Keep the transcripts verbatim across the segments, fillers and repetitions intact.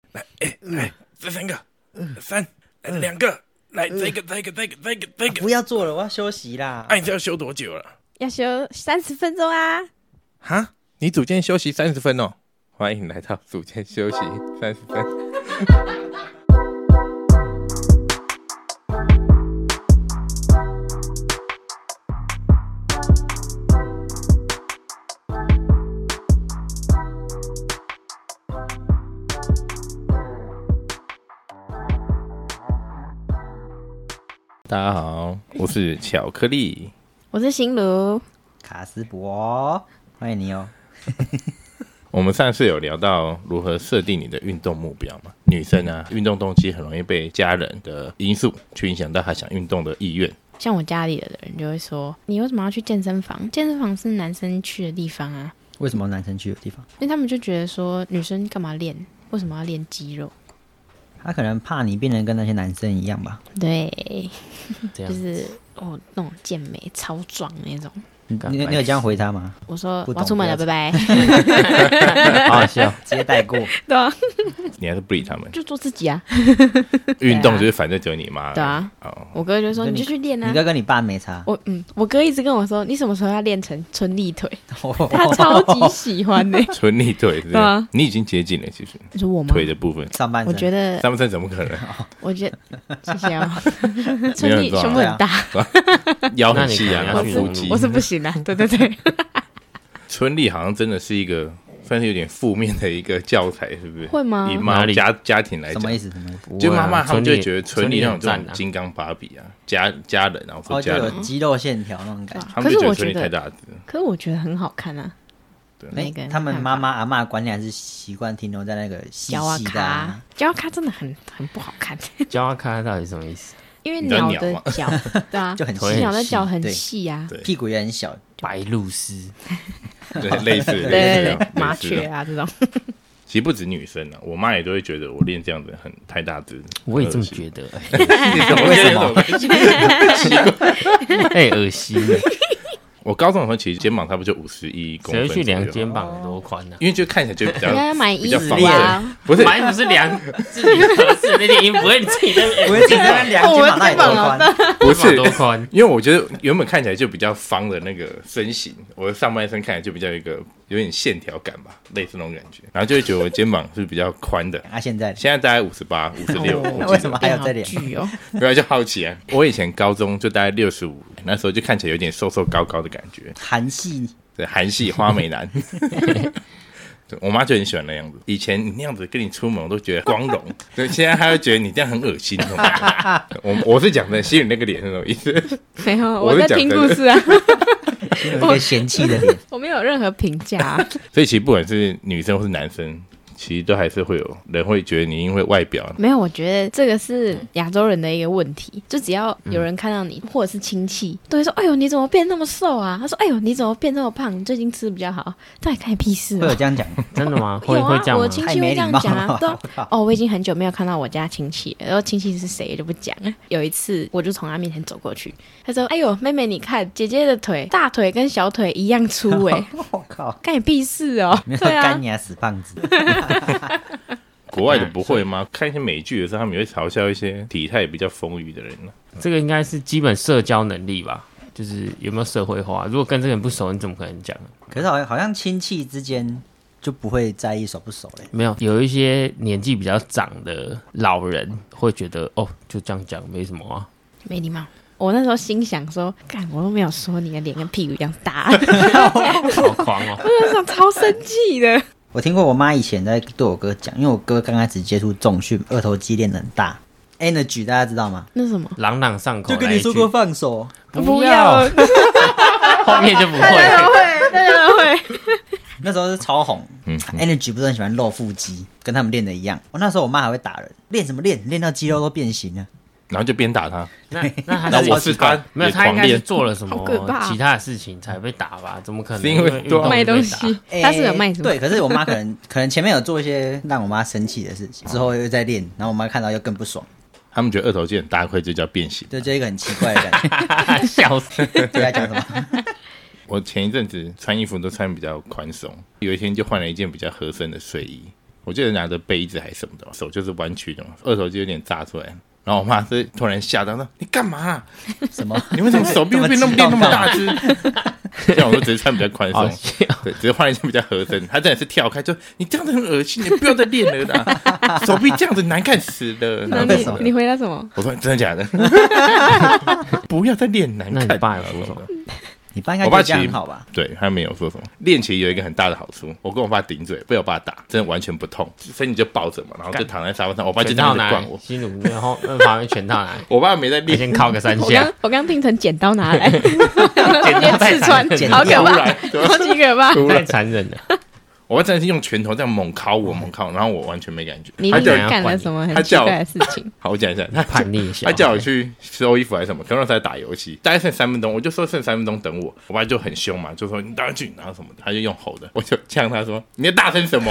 来，哎、欸，来，这三个，三，两个，来，这个，这个，这个，这个，这个， 不要做了，我要休息啦。 哎、啊，你这要休多久了？ 要休三十分钟啊！ 哈，你组间休息三十分哦。欢迎来到组间休息三十分。大家好，我是巧克力， 我是新卢卡斯伯，欢迎你哦。 我们上次有聊到如何设定你的运动目标嘛？女生啊，运动动机很容易被家人的因素去影响到她想运动的意愿。 像我家里的人就会说：“你为什么要去健身房？健身房是男生去的地方啊。” 为什么男生去的地方？ 因为他们就觉得说，女生干嘛练？为什么要练肌肉？ 他可能怕你变成跟那些男生一样吧。 对，就是哦，那种健美超壮那种。 你, 你有这样回他吗？ 我说我要出门了，拜拜。 好好笑，直接带过。 对啊， 你还是不理他们， 就做自己啊。 运动就是反正只有你妈。 对啊，哦、我哥就说你就去练啊。 你哥跟你爸没差。 我嗯，我哥一直跟我说，你什么时候要练成春丽腿？他超级喜欢的、欸。 春丽腿是不是？对啊，你已经接近了，其实。 你说我吗？ 腿的部分， 上半身。 我觉得上半身怎么可能？ 我觉得谢谢哦。春丽胸部很大， 腰很细啊，很腹肌。 我是不行啊，对对对。 春丽好像真的是一个算是有点负面的一个教材，是不是？ 会吗？ 以妈家家庭来讲， 什么意思？什么意思？ 就妈妈他们就会觉得春丽那种这种金刚芭比啊，家家人然后说家人、 哦、就有肌肉线条那种感觉。 他们就觉得春丽太大只。 可是我觉得很好看啊。 对，他们妈妈阿嬷观念还是习惯停留在那个细细的、啊。 焦阿卡真的很很不好看。 焦阿卡到底什么意思？ 因为鸟的脚，对啊， 就很细， 鸟的脚很细啊， 屁股也很小， 白鹭鸶， 对，类似， 对对对，麻雀啊这种。 其实不止女生啊，我妈也都会觉得我练这样子很太大只。 我也这么觉得。 为什么？奇怪， 哎，恶心。 我高中的时候其实肩膀差不多就五十一公分， 谁去量肩膀有多宽呢？ 因为就看起来就比较应该要买衣服啊，不是买不是量自己合适的那件衣服，不会你自己在不会自己在那量肩膀到底多宽？ 不是多宽， 因为我觉得原本看起来就比较方的那个身形，我的上半身看起来就比较有一个有点线条感吧，类似那种感觉，然后就会觉得我肩膀是比较宽的。 啊，现在现在大概五十八、五十六， 为什么还有这点？ 哦， 不要就好奇啊！我以前高中就大概六十五，那时候就看起来有点瘦瘦高高的感觉， 韩系， 对，韩系花美男。对，我妈就很喜欢那样子。以前你那样子跟你出门，我都觉得光荣。对，现在她会觉得你这样很恶心。我我是讲的，心里那个脸是什么意思？ 没有，我在听故事啊。 有一个嫌弃的脸， 我没有任何评价、啊。 所以其实不管是女生或是男生，其实都还是会有人会觉得你因为外表。 没有，我觉得这个是亚洲人的一个问题，就只要有人看到你、嗯、或者是亲戚都会说，哎呦你怎么变那么瘦啊？他说，哎呦你怎么变那么胖？你最近吃的比较好，到底干你屁事、啊、 会有这样讲真的吗？会有啊， 会这样吗？ 我亲戚会这样讲啊。 对哦，我已经很久没有看到我家亲戚了，然后亲戚是谁就不讲了。有一次我就从他面前走过去，他说，哎呦妹妹你看姐姐的腿大腿跟小腿一样粗哎、欸， 我靠， 干你屁事哦！ 没有对啊， 干你啊死胖子。 国外的不会吗？看一些美剧的时候，他们也会嘲笑一些体态比较丰腴的人呢。 这个应该是基本社交能力吧，就是有没有社会化。如果跟这个人不熟，你怎么可能讲？ 可是好像好像亲戚之间就不会在意熟不熟嘞。 没有，有一些年纪比较长的老人会觉得，哦，就这样讲没什么啊， 没礼貌。我那时候心想说，干，我都没有说你的脸跟屁股一样大， 好狂哦！ 我那时候超生气的。 我听过我妈以前在对我哥讲，因为我哥刚开始接触重训，二头肌练得很大 ，energy 大家知道吗？ 那是什么？ 朗朗上口， 就跟你说过放手， 不要，后面就不会， 大家都会，大家都会。 那时候是超红，嗯 ，energy 不是很喜欢露腹肌，跟他们练的一样。我那时候我妈还会打人，练什么练？练到肌肉都变形了。 然后就鞭打他， 那那他是我是他， 没有，他应该是做了什么其他的事情才被打吧？怎么可能？ 是因为卖东西，他是有卖什么？ 对，可是我妈可能可能前面有做一些让我妈生气的事情，之后又在练，然后我妈看到又更不爽。 他们觉得二头肌很大块，就叫变形， 对，就一个很奇怪的感觉。笑死！ 你在讲什么？ 我前一阵子穿衣服都穿比较宽松，有一天就换了一件比较合身的睡衣， 我记得拿着杯子还是什么的，手就是弯曲的嘛，二头肌有点炸出来。然后我妈是突然吓到说：“你干嘛、啊？ 什么？ 你为什么手臂会变那么变那么大只？”像我就只是穿比较宽松，对，只是换一件比较合身。他真的是跳开，就你这样子很恶心，你不要再练了啦，手臂这样子难看死了。 那你你回答什么？ 我说真的假的？不要再练难看。 那你爸有说什么？ 你爸应该觉得这样很好吧？ 对，他没有说什么。练习有一个很大的好处，我跟我爸顶嘴，被我爸打，真的完全不痛，所以你就抱着嘛，然后就躺在沙发上，我爸就这样子灌我。 新弩然后旁边全套拿， 我爸没在练， 先敲个三下。 我刚我刚听成剪刀拿来， 剪刀太刺穿，好可怕，超级可怕， 太残忍了。 我爸真的是用拳头这样猛敲我，猛敲，然后我完全没感觉。 你应该干了什么很奇怪的事情？ 好，我讲一下，他叛逆一下， 他叫我去收衣服还是什么，可能在打游戏，大概剩三分钟，我就说剩三分钟等我。我爸就很凶嘛，就说你打去，然后什么的，他就用吼的，我就呛他说你在大声什么？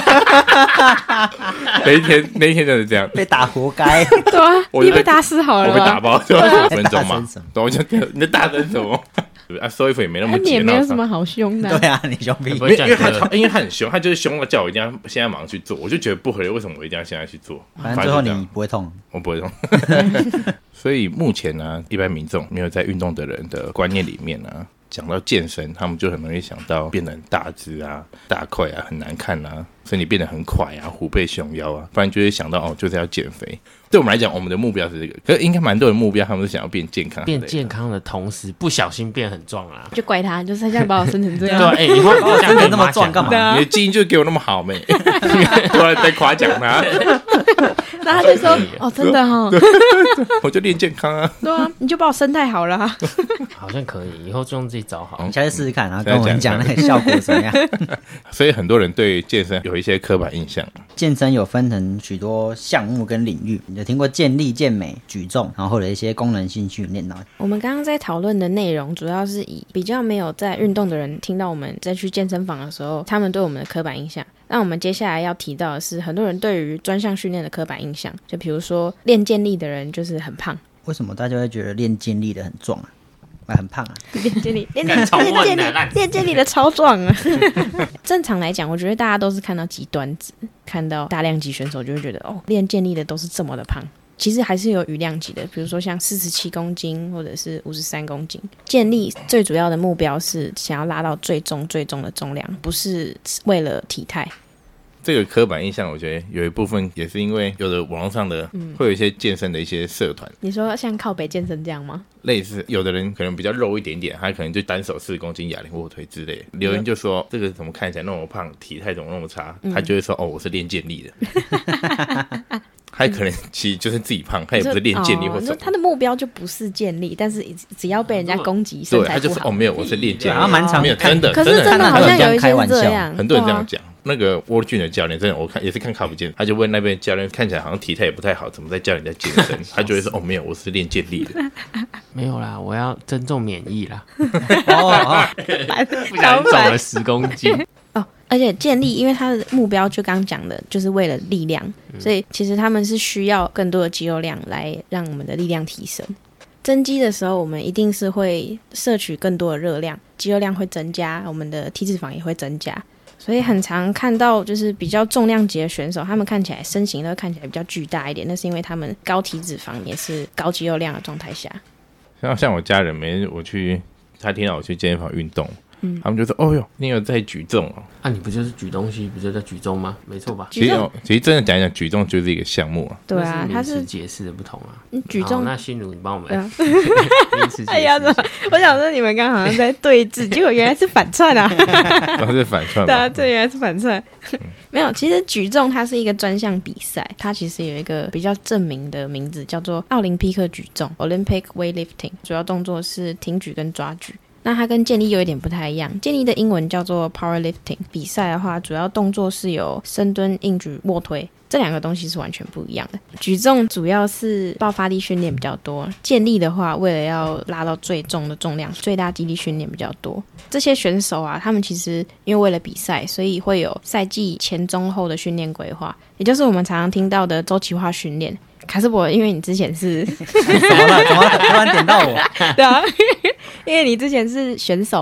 那一天那一天就是这样， 被打活该。 对啊，你被打死好了， 我被打爆就五分钟嘛， 对， 我就你在大声什么？啊，收衣服也没那么急， 你也没有什么好凶的。 对啊，你凶屁， 因为因为他因为他很凶，他就是凶到叫我一定要现在马上去做，我就觉得不合理，为什么我一定要现在去做？ 反正最后你不会痛， 我不会痛。所以目前呢，一般民众没有在运动的人的观念里面呢，讲到健身，他们就很容易想到变得很大只啊、大块啊、很难看啊，身体变得很快啊、虎背熊腰啊，不然就会想到哦，就是要减肥。对我们来讲，我们的目标是这个，可是应该蛮多人目标，他们是想要变健康， 变健康的同时不小心变很壮啊， 就怪他，就是他这样把我生成这样。 对，哎、欸，你会把我生成那么壮干嘛？ 你的基因就给我那么好没？突然在夸奖他， 那他就说：“哦，真的哈、哦， 我就练健康啊。” 对啊，你就把我生态好了、啊， 好像可以，以后就用自己找好。 你下次试试看，然后跟我们讲那个效果怎么样。 所以很多人对健身有一些刻板印象。 健身有分成许多项目跟领域，你有听过健力、健美、举重，然后或者一些功能性训练。 我们刚刚在讨论的内容，主要是以比较没有在运动的人听到我们在去健身房的时候，他们对我们的刻板印象。那我们接下来要提到的是，很多人对于专项训练的刻板印象，就比如说练健力的人就是很胖。 为什么大家会觉得练健力的很壮啊？很胖啊？ 练健力，练练健力，练健力的超壮啊！正常来讲，我觉得大家都是看到极端值，看到大量级选手就会觉得，哦，练健力的都是这么的胖。其实还是有羽量级的，比如说像四十七公斤或者是五十三公斤。健力最主要的目标是想要拉到最重最重的重量，不是为了体态。 这个刻板印象，我觉得有一部分也是因为有的网络上的、嗯、会有一些健身的一些社团。 你说像靠北健身这样吗？ 类似，有的人可能比较肉一点点，他可能就单手四十公斤哑铃卧推之类的。留言就说、嗯、这个怎么看起来那么胖，体态怎么那么差？嗯、他就会说哦，我是练健力的。他可能其实就是自己胖，他也不是练健力或什么、哦。 他的目标就不是健力，但是只要被人家攻击，身材不好， 对，他就是哦没有，我是练健力， 然后蛮常没有真的， 可是真的好像有一些是这样， 很多人这样讲。那个沃俊的教练，真的我看也是看靠不见，他就问那边教练，看起来好像体态也不太好，怎么在教人家健身？他就会说哦没有，我是练健力的。 没有啦，我要增重免疫啦。 哦， 不小心肿了十公斤。 哦，而且健力，因为他的目标就刚讲的，就是为了力量，嗯、所以其实他们是需要更多的肌肉量来让我们的力量提升。增肌的时候，我们一定是会摄取更多的热量，肌肉量会增加，我们的体脂肪也会增加。所以很常看到就是比较重量级的选手，他们看起来身形都看起来比较巨大一点，那是因为他们高体脂肪也是高肌肉量的状态下。 像像我家人，每次我去，他听到我去健身房运动。嗯、他们就说：“哦哟，你有在举重哦？ 啊，你不就是举东西，不就在举重吗？没错吧？ 其实、哦，其实真的讲一讲，举重就是一个项目啊。 对啊，它是解释的不同啊。 嗯，举重， 那心如你帮我们名词解释。 哎呀，我想说你们刚好像在对峙，结果原来是反串啊！ 都是反串。 对啊，这原来是反串。没有，其实举重它是一个专项比赛，它其实有一个比较正名的名字，叫做奥林匹克举重 （Olympic Weightlifting）， 主要动作是挺举跟抓举。那它跟健力有一点不太一样，健力的英文叫做 powerlifting， 比赛的话主要动作是有深蹲、硬举、卧推，这两个东西是完全不一样的。举重主要是爆发力训练比较多，健力的话为了要拉到最重的重量，最大肌力训练比较多。这些选手啊，他们其实因为为了比赛，所以会有赛季前中后的训练规划，也就是我们常常听到的周期化训练。卡斯伯，因为你之前是怎么了？怎么了？突然点到我？ 对啊，因为你之前是选手吧？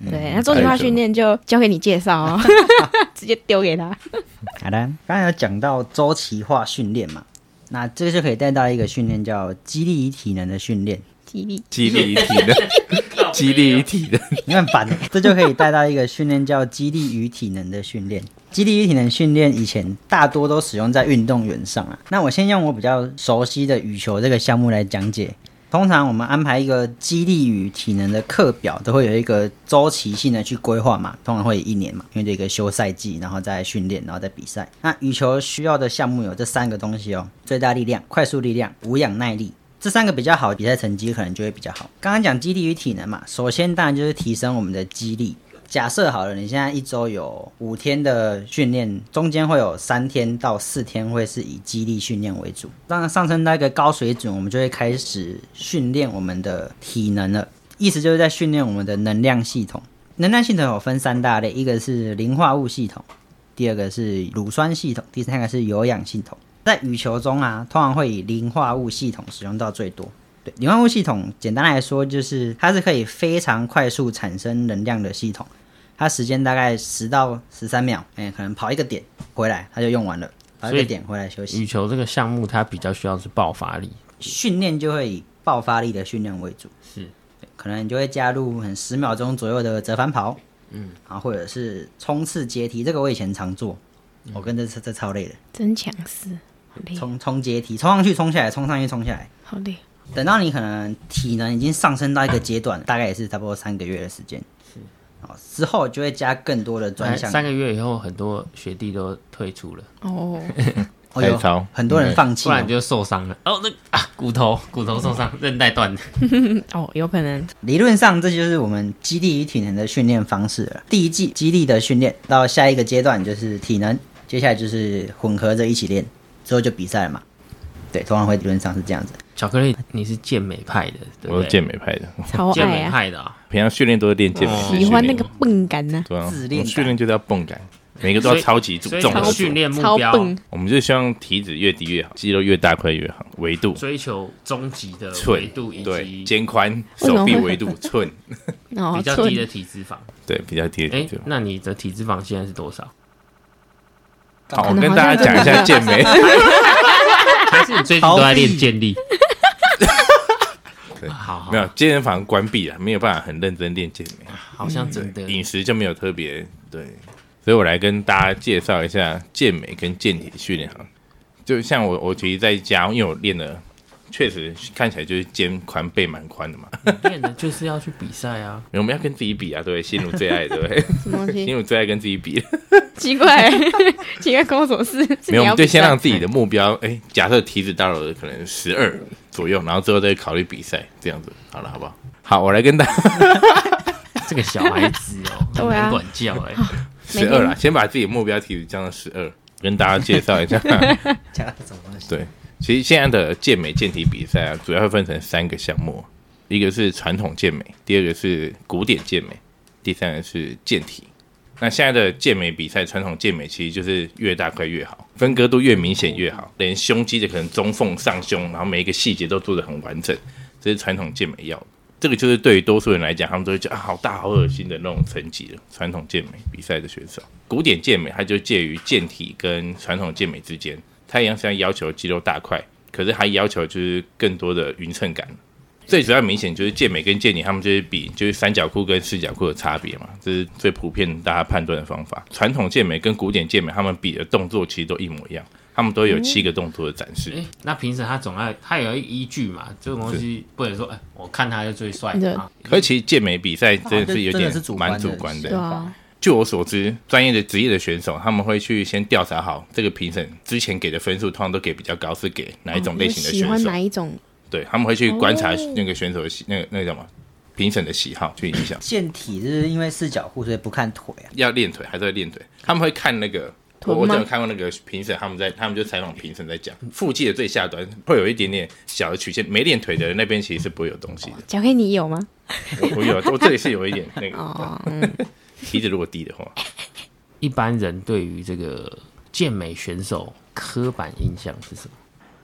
对，那中级化训练就交给你介绍哦，直接丢给他。 好的，刚才有讲到周期化训练嘛，那这个就可以带到一个训练叫肌力与体能的训练。 激励激励一体的，激励一体的， 你很烦，这就可以带到一个训练叫肌力与体能的训练。肌力与体能训练以前大多都使用在运动员上啊。那我先用我比较熟悉的羽球这个项目来讲解。通常我们安排一个肌力与体能的课表，都会有一个周期性的去规划嘛，通常会一年嘛，因为这个休赛季，然后再训练，然后再比赛。那羽球需要的项目有这三个东西哦：最大力量、快速力量、无氧耐力。这三个比较好，比赛成绩可能就会比较好。刚刚讲肌力与体能嘛，首先当然就是提升我们的肌力。假设好了，你现在一周有五天的训练，中间会有三天到四天会是以肌力训练为主。当上升到一个高水准，我们就会开始训练我们的体能了。意思就是在训练我们的能量系统。能量系统有分三大类，一个是磷化物系统，第二个是乳酸系统，第三个是有氧系统。在羽球中啊，通常会以磷化物系统使用到最多。对，磷化物系统简单来说就是它是可以非常快速产生能量的系统，它时间大概十到十三秒，哎，可能跑一个点回来它就用完了，跑一个点回来休息。 羽球这个项目它比较需要是爆发力， 训练就会以爆发力的训练为主， 是， 可能你就会加入很十秒钟左右的折返跑，嗯，然后或者是冲刺阶梯，这个我以前常做，我跟这这超累的， 真强势。 冲冲阶梯，冲上去冲下来，冲上去冲下来， 好累。 等到你可能体能已经上升到一个阶段，大概也是差不多三个月的时间，是，之后就会加更多的专项。 三个月以后，很多学弟都退出了哦， 哦有很多人放弃， 不然就受伤了。哦，那啊，骨头骨头受伤，韧带断了。 哦，有可能。 理论上，这就是我们肌力与体能的训练方式了。第一季肌力的训练，到下一个阶段就是体能，接下来就是混合着一起练。之后就比赛了嘛，对，通常会理论上是这样子。 巧克力，你是健美派的，对不对？ 我是健美派的， 超健爱啊！ 美派的啊， 平常训练都是练健美， 喜欢那个蹦感呢， 对啊， 自恋感， 训练就是要蹦感，每个都要超级重的所以训练目标， 我们就希望体脂越低越好，肌肉越大块越好，维度追求终极的维度以及肩宽、手臂维度寸， 比较低的体脂肪， 对，比较低的体脂肪。 那你的体脂肪现在是多少？ 好，我跟大家讲一下健美。 还是你最近都在练健力？ 对，好好没有健身房关闭了，没有办法很认真练健美， 好像真的饮食就没有特别对，所以我来跟大家介绍一下健美跟健体训练。好，就像我我其实在家，因为我练的确实看起来就是肩宽背蛮宽的嘛， 练的就是要去比赛啊， 我们要跟自己比啊，对不对？心如最爱，对不对？ 什么东西？ 心如最爱跟自己比。 奇怪，奇怪，跟我什么事？ 没有，我们就先让自己的目标，哎，假设体脂到了可能十二左右，然后之后再考虑比赛，这样子好了，好不好？好，我来跟大家， 这个小孩子哦， 对啊， 管教哎， 十二啦，先把自己的目标体脂降到十二，跟大家介绍一下。 讲什么东西？ 对，其实现在的健美健体比赛啊，主要会分成三个项目，一个是传统健美，第二个是古典健美，第三个是健体。那现在的健美比赛，传统健美其实就是越大块越好，分割度越明显越好，连胸肌的可能中缝、上胸，然后每一个细节都做得很完整，这是传统健美要的。这个就是对于多数人来讲，他们都会觉得啊，好大好恶心的那种层级了。传统健美比赛的选手，古典健美它就介于健体跟传统健美之间，它一样是要要求肌肉大块，可是还要求就是更多的匀称感。最主要明显就是健美跟健体，他们就是比就是三角裤跟四角裤的差别嘛，这是最普遍大家判断的方法。传统健美跟古典健美，他们比的动作其实都一模一样，他们都有七个动作的展示。 欸、那评审他总要他有一个依据嘛，这种东西不能说，哎、欸，我看他就最帅啊。 可是其实健美比赛真的是有点蛮主观的。 对啊。 据我所知，专业的职业的选手，他们会去先调查好这个评审之前给的分数，通常都给比较高，是给哪一种类型的选手？ 喜欢哪一种？ 对，他们会去观察那个选手的喜、哦、那个那个什么评审的喜好去影响。 健体就是因为四角裤，所以不看腿啊。 要练腿还是要练腿？他们会看那个，我我有看过那个评审，他们在他们就采访评审在讲，腹肌的最下端会有一点点小的曲线，没练腿的人那边其实是不会有东西的。 小黑你有吗？ 我我有，我这里是有一点那个。 哦嗯、 体脂如果低的话， 一般人对于这个健美选手刻板印象是什么？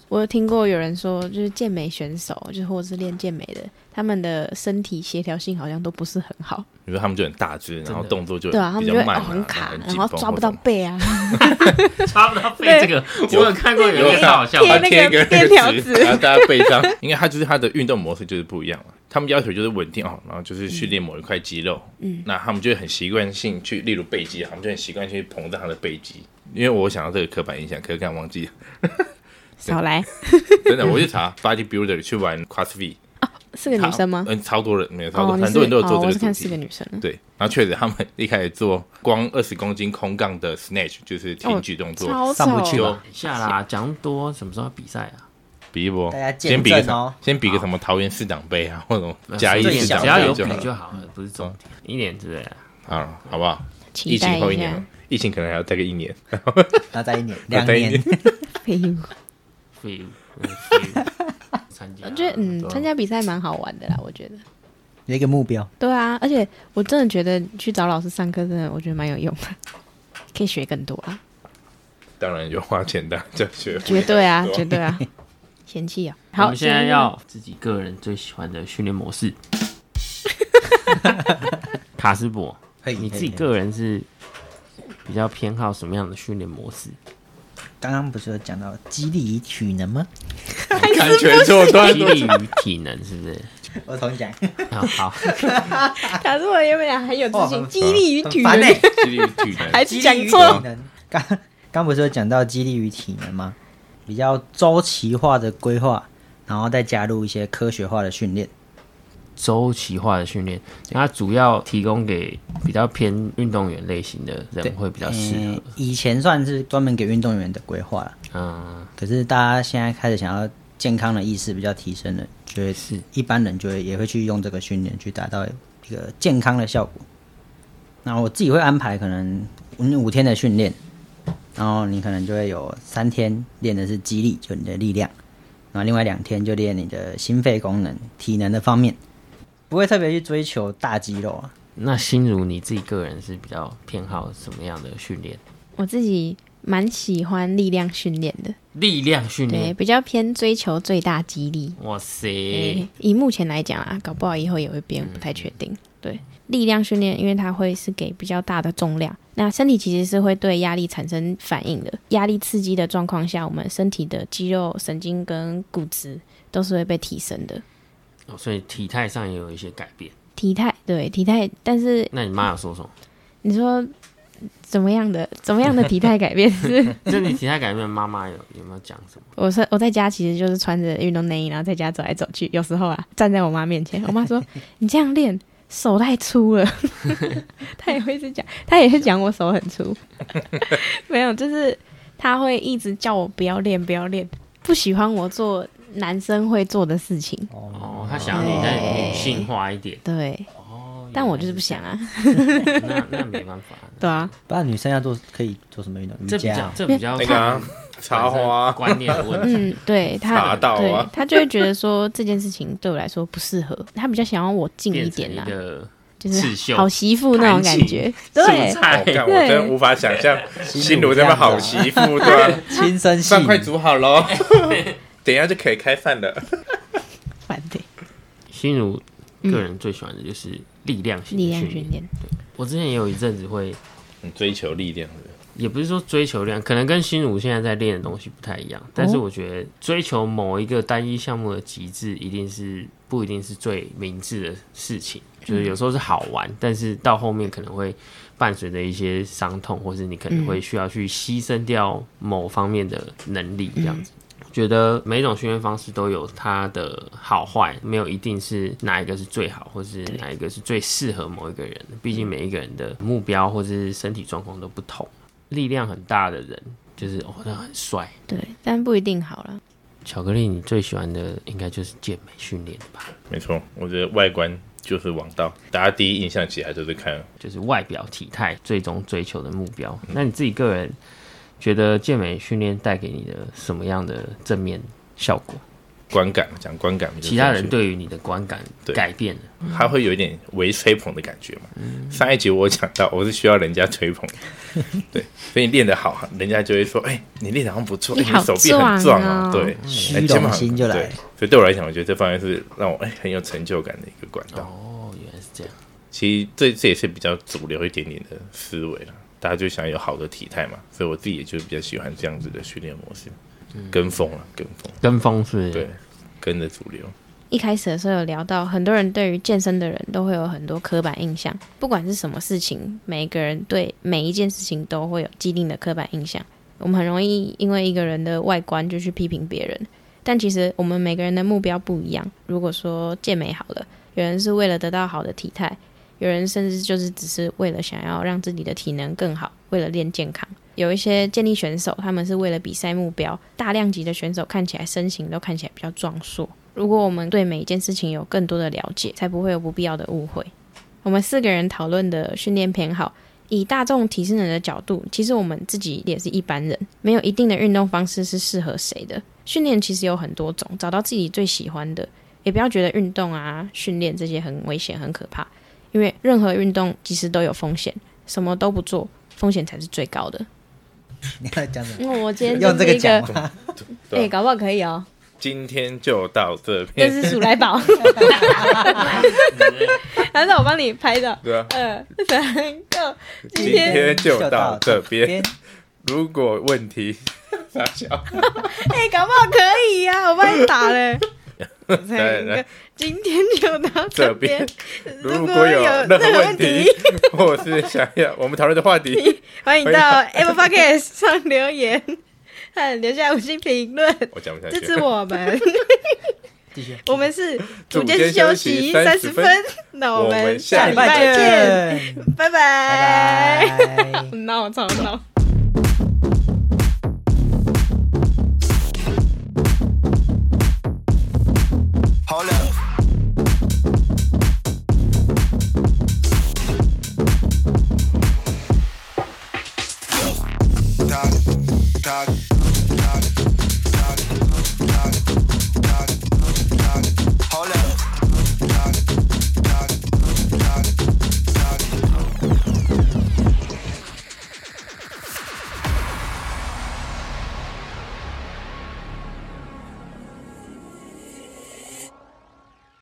我有听过有人说，就是健美选手，就是或者是练健美的，他们的身体协调性好像都不是很好。 比如说他们就很大只，然后动作就对啊，他们就会、 比较慢、啊哦、很卡， 很然后抓不到背啊， 抓不到背。这个我有看过，有一个好笑， 贴那贴一个便条纸， 然后大家背上，因为他就是他的运动模式就是不一样嘛。他们要求就是稳定哦，然后就是训练某一块肌肉，嗯，那他们就会很习惯性去，例如背肌，他们就很习惯性去膨胀他的背肌。因为我想到这个刻板印象，可是刚忘记了。 少来， 真的，我去查 bodybuilder 去玩 CrossFit。 是个女生吗？ 嗯，超多人，没有超多， 哦、 很多人都有做这个主题。 哦、我是看是个女生。 对，然后确实他们一开始做光二十公斤空杠的 snatch， 就是挺举动作， 哦、 上不去了。等一下啦，讲多什么时候要比赛啊？ 比一波， 大家先比个什哦， 先比个什么桃园市长杯啊，或者嘉义市长杯只要有比就好就好了，不是重点。一年之类的， 好，好不好？ 疫情后一年，疫情可能还要再个一年， 那再一年，两年。 废物， 废物，参加。 我觉得嗯，参加比赛蛮好玩的啦，我觉得有一个目标。 对啊，而且我真的觉得去找老师上课，真的我觉得蛮有用的，可以学更多啦。 当然有花钱的就学， 绝对啊，绝对啊，嫌弃啊。好， 我们现在要自己个人最喜欢的训练模式。卡斯伯，你自己个人是比较偏好什么样的训练模式？ 刚刚不是有讲到肌力与体能吗？ 看全错段， 肌力与体能是不是？ 我重讲。 好， 卡斯伯原本很有自信，肌力与体能， 肌力与体能， 还是讲错。 刚刚不是有讲到肌力与体能吗？比较周期化的规划，然后再加入一些科学化的训练。 周期化的训练，它主要提供给比较偏运动员类型的人会比较适合、嗯。 以前算是专门给运动员的规划啦，嗯，可是大家现在开始想要健康的意识比较提升了，就会是一般人就会也会去用这个训练去达到一个健康的效果。那我自己会安排可能五天的训练，然后你可能就会有三天练的是肌力，就你的力量，然后另外两天就练你的心肺功能、体能的方面。不会特别去追求大肌肉啊。 那心如你自己个人是比较偏好什么样的训练？ 我自己蛮喜欢力量训练的。 力量训练， 对，比较偏追求最大肌力。 哇塞！ 以目前来讲啊，搞不好以后也会变，不太确定。嗯、对，力量训练，因为它会是给比较大的重量，那身体其实是会对压力产生反应的。压力刺激的状况下，我们身体的肌肉、神经跟骨质都是会被提升的。 哦，所以体态上也有一些改变。 体态对体态，但是那你妈有说什么？ 你说怎么样的怎么样的体态改变是？ 就你体态改变，妈妈有有没有讲什么？ 我是我在家其实就是穿着运动内衣，然后在家走来走去。有时候啊，站在我妈面前，我妈说：“你这样练手太粗了。”她也会是讲，她也是讲我手很粗。没有，就是她会一直叫我不要练，不要练，不喜欢我做男生会做的事情。 哦，他想你再女性化一点。 对，哦，但我就是不想啊。 那那没办法。 对啊， 不然女生要做可以做什么运动？瑜伽， 这比较那个插花观念的问题。 嗯，对他， 茶道啊， 对他就会觉得说这件事情对我来说不适合，他比较想要我静一点啦。就是好媳妇那种感觉，对， 我真的无法想象心如这么好媳妇，对吧？ 亲生戏， 饭快煮好喽，等一下就可以开饭了。 反对。 心如个人最喜欢的就是力量型的力量训练。 我之前也有一阵子会追求力量的， 也不是说追求力量，可能跟心如现在在练的东西不太一样。但是我觉得追求某一个单一项目的极致，一定是不一定是最明智的事情。就是有时候是好玩，但是到后面可能会伴随着一些伤痛，或是你可能会需要去牺牲掉某方面的能力，这样子。嗯、觉得每一种训练方式都有它的好坏，没有一定是哪一个是最好，或是哪一个是最适合某一个人。毕竟每一个人的目标或是身体状况都不同。力量很大的人，就是哦，那很帅， 对，但不一定好了。 巧克力，你最喜欢的应该就是健美训练吧？ 没错，我觉得外观就是王道，大家第一印象起来就是看， 就是外表体态最终追求的目标。嗯、那你自己个人觉得健美训练带给你的什么样的正面效果？ 观感，讲观感， 其他人对于你的观感改变了， 他会有一点微吹捧的感觉嘛。嗯、上一集我讲到，我是需要人家吹捧，对，所以你练得好，人家就会说，哎、欸，你练得好像不错，哎、欸，你手臂很壮哦，对， 虚荣心就来了。 所以对我来讲，我觉得这方面是让我哎、欸、很有成就感的一个管道。 哦，原来是这样。 其实这这也是比较主流一点点的思维了，大家就想有好的体态嘛，所以我自己也就比较喜欢这样子的训练模式，嗯、跟风了，跟风， 跟风是， 对，跟着主流。 一开始的时候有聊到，很多人对于健身的人都会有很多刻板印象，不管是什么事情，每一个人对每一件事情都会有既定的刻板印象。我们很容易因为一个人的外观就去批评别人，但其实我们每个人的目标不一样。如果说健美好了，有人是为了得到好的体态，有人甚至就是只是为了想要让自己的体能更好，为了练健康。有一些健力选手，他们是为了比赛目标，大量级的选手看起来身形都看起来比较壮硕。如果我们对每一件事情有更多的了解，才不会有不必要的误会。我们四个人讨论的训练偏好，以大众体适能的角度，其实我们自己也是一般人，没有一定的运动方式是适合谁的。训练其实有很多种，找到自己最喜欢的，也不要觉得运动啊、训练这些很危险、很可怕，因为任何运动其实都有风险，什么都不做，风险才是最高的。 你要讲什么？ 嗯，我今天用这个讲吗？ 哎、欸，搞不好可以哦。 今天就到这边， 这是鼠来宝，还是我帮你拍的？ 对啊， 二三go， 今天就到这边。如果问题，傻笑。 哎、欸，搞不好可以呀、啊，我帮你打嘞。 来来， 今天就到这边。 如果有任何问题，或是想要我们讨论的话题， 欢迎到 Apple Podcast 上留言。留下五星评论， 我讲不下去， 支持我们。我们是组间休息三十分， 那我们下礼拜见，拜拜。 拜拜。 闹吵闹。